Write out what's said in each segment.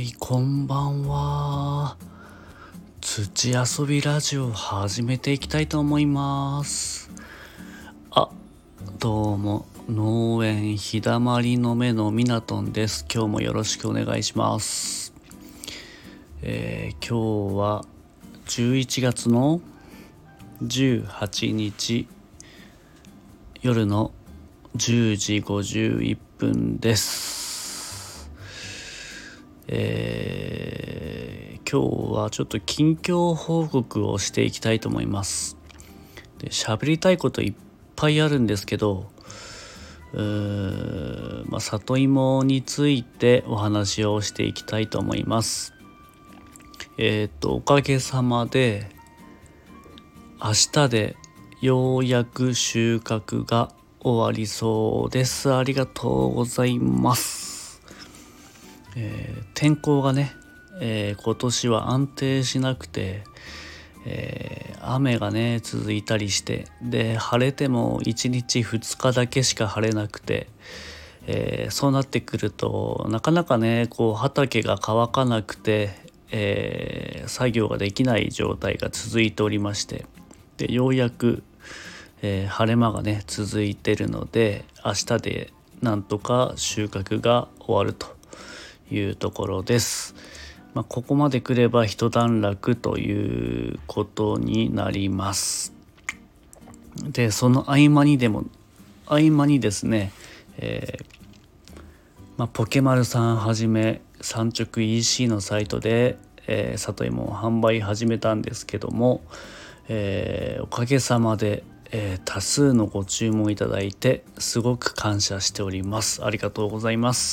こんばんは。土遊びラジオ始めていきたいと思います。どうも、農園日だまりの目のミナトンです。今日もよろしくお願いします。今日は11月の18日夜の10時51分です。今日はちょっと近況報告をしていきたいと思います。で、喋りたいこといっぱいあるんですけど、里芋についてお話をしていきたいと思います。おかげさまで明日でようやく収穫が終わりそうです。ありがとうございます。天候がね、今年は安定しなくて、雨がね続いたりして、で晴れても1日2日だけしか晴れなくて、そうなってくるとなかなかね畑が乾かなくて、作業ができない状態が続いておりまして、でようやく、晴れ間がね続いてるので、明日でなんとか収穫が終わるというところです。ここまで来れば一段落ということになります。でその合間にですね、ポケマルさんはじめ産直 EC のサイトで、里芋を販売始めたんですけども、おかげさまで、多数のご注文いただいてすごく感謝しております。ありがとうございます。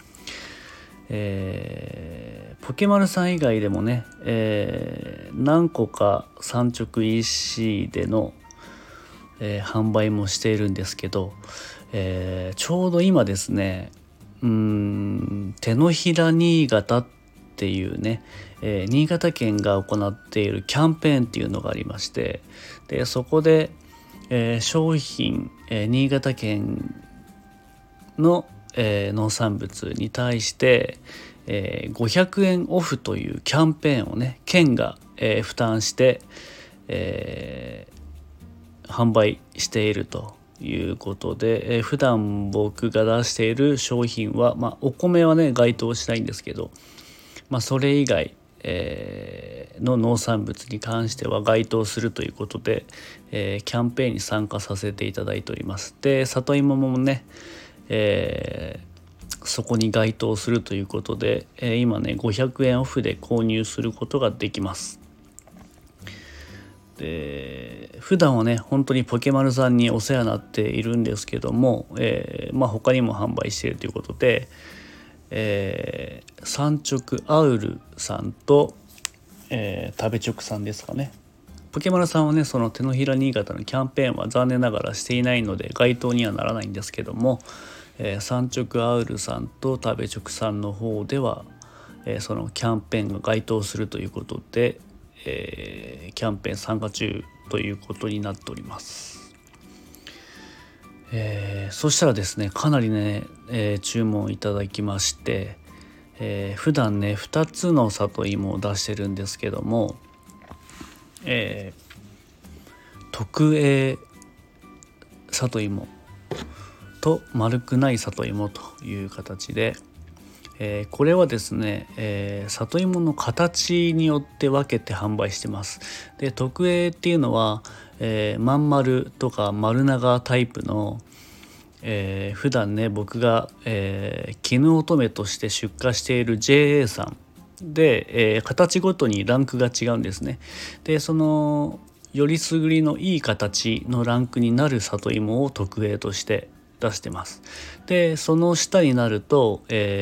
ポケマルさん以外でもね、何個か産直 EC での、販売もしているんですけど、ちょうど今ですね、手のひら新潟っていうね、新潟県が行っているキャンペーンっていうのがありまして、でそこで、商品、新潟県の、農産物に対して、500円オフというキャンペーンをね県が、負担して、販売しているということで、普段僕が出している商品は、お米はね該当しないんですけど、それ以外、の農産物に関しては該当するということで、キャンペーンに参加させていただいております。で里芋もね、そこに該当するということで、今ね500円オフで購入することができます。で普段はね本当にポケマルさんにお世話になっているんですけども、他にも販売しているということで、産直アウルさんと、食べ直さんですかね。ポケマルさんはねその手のひら新潟のキャンペーンは残念ながらしていないので該当にはならないんですけども、産直アウルさんと食べ直さんの方では、そのキャンペーンが該当するということで、キャンペーン参加中ということになっております。そしたらですねかなりね、注文いただきまして、普段ね2つの里芋を出してるんですけども、特 A 里芋と丸くない里芋という形で、これはですね、里芋の形によって分けて販売してます。で特 A っていうのは、まん丸とか丸長タイプの、普段ね僕が、絹乙女として出荷している JA さんで、形ごとにランクが違うんですね。でそのよりすぐりのいい形のランクになる里芋を特 A として出してます。でその下になると、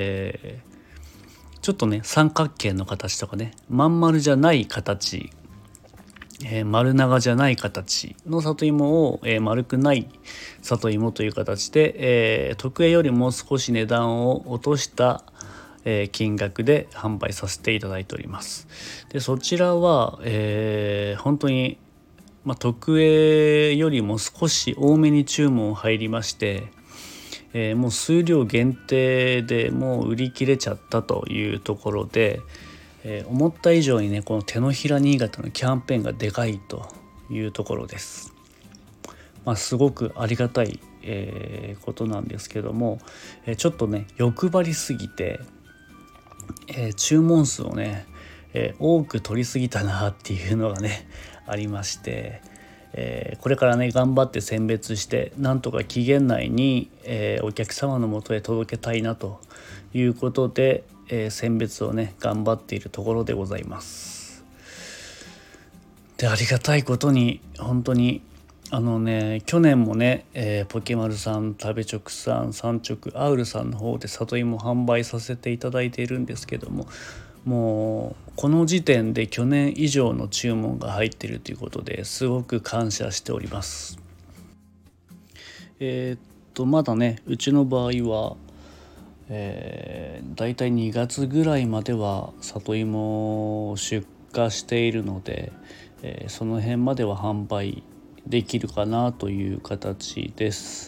ちょっとね三角形の形とかねまん丸じゃない形、丸長じゃない形の里芋を、丸くない里芋という形で、特 A よりも少し値段を落とした、金額で販売させていただいております。でそちらは、本当に、特 A よりも少し多めに注文入りまして、 もう数量限定でもう売り切れちゃったというところで、思った以上にねこの手のひら新潟のキャンペーンがでかいというところです。すごくありがたい、ことなんですけども、ちょっとね欲張りすぎて、注文数をね、多く取りすぎたなっていうのがねありまして、これからね頑張って選別してなんとか期限内に、お客様のもとへ届けたいなということで、選別をね頑張っているところでございます。でありがたいことに本当に去年もね、ポケマルさん、食べ直さん、産直アウルさんの方で里芋販売させていただいているんですけども、もうこの時点で去年以上の注文が入っているということですごく感謝しております。まだねうちの場合は、だいたい2月ぐらいまでは里芋を出荷しているので、その辺までは販売できるかなという形です。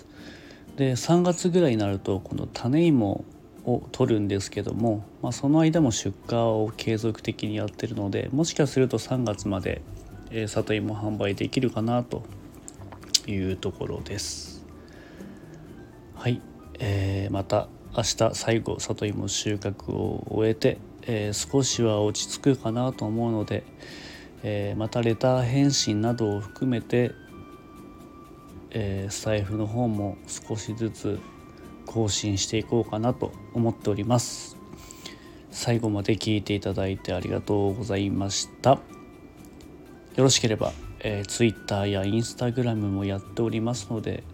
で3月ぐらいになるとこの種芋を取るんですけども、その間も出荷を継続的にやってるので、もしかすると3月まで、里芋販売できるかなというところです。はい、また明日最後里芋収穫を終えて、少しは落ち着くかなと思うので、またレター返信などを含めて、スタイフの方も少しずつ更新していこうかなと思っております。最後まで聞いていただいてありがとうございました。よろしければ、Twitter や Instagram もやっておりますので、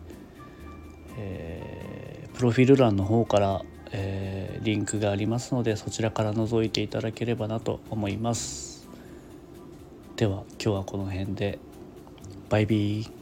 プロフィール欄の方から、リンクがありますのでそちらから覗いていただければなと思います。では今日はこの辺でバイビー。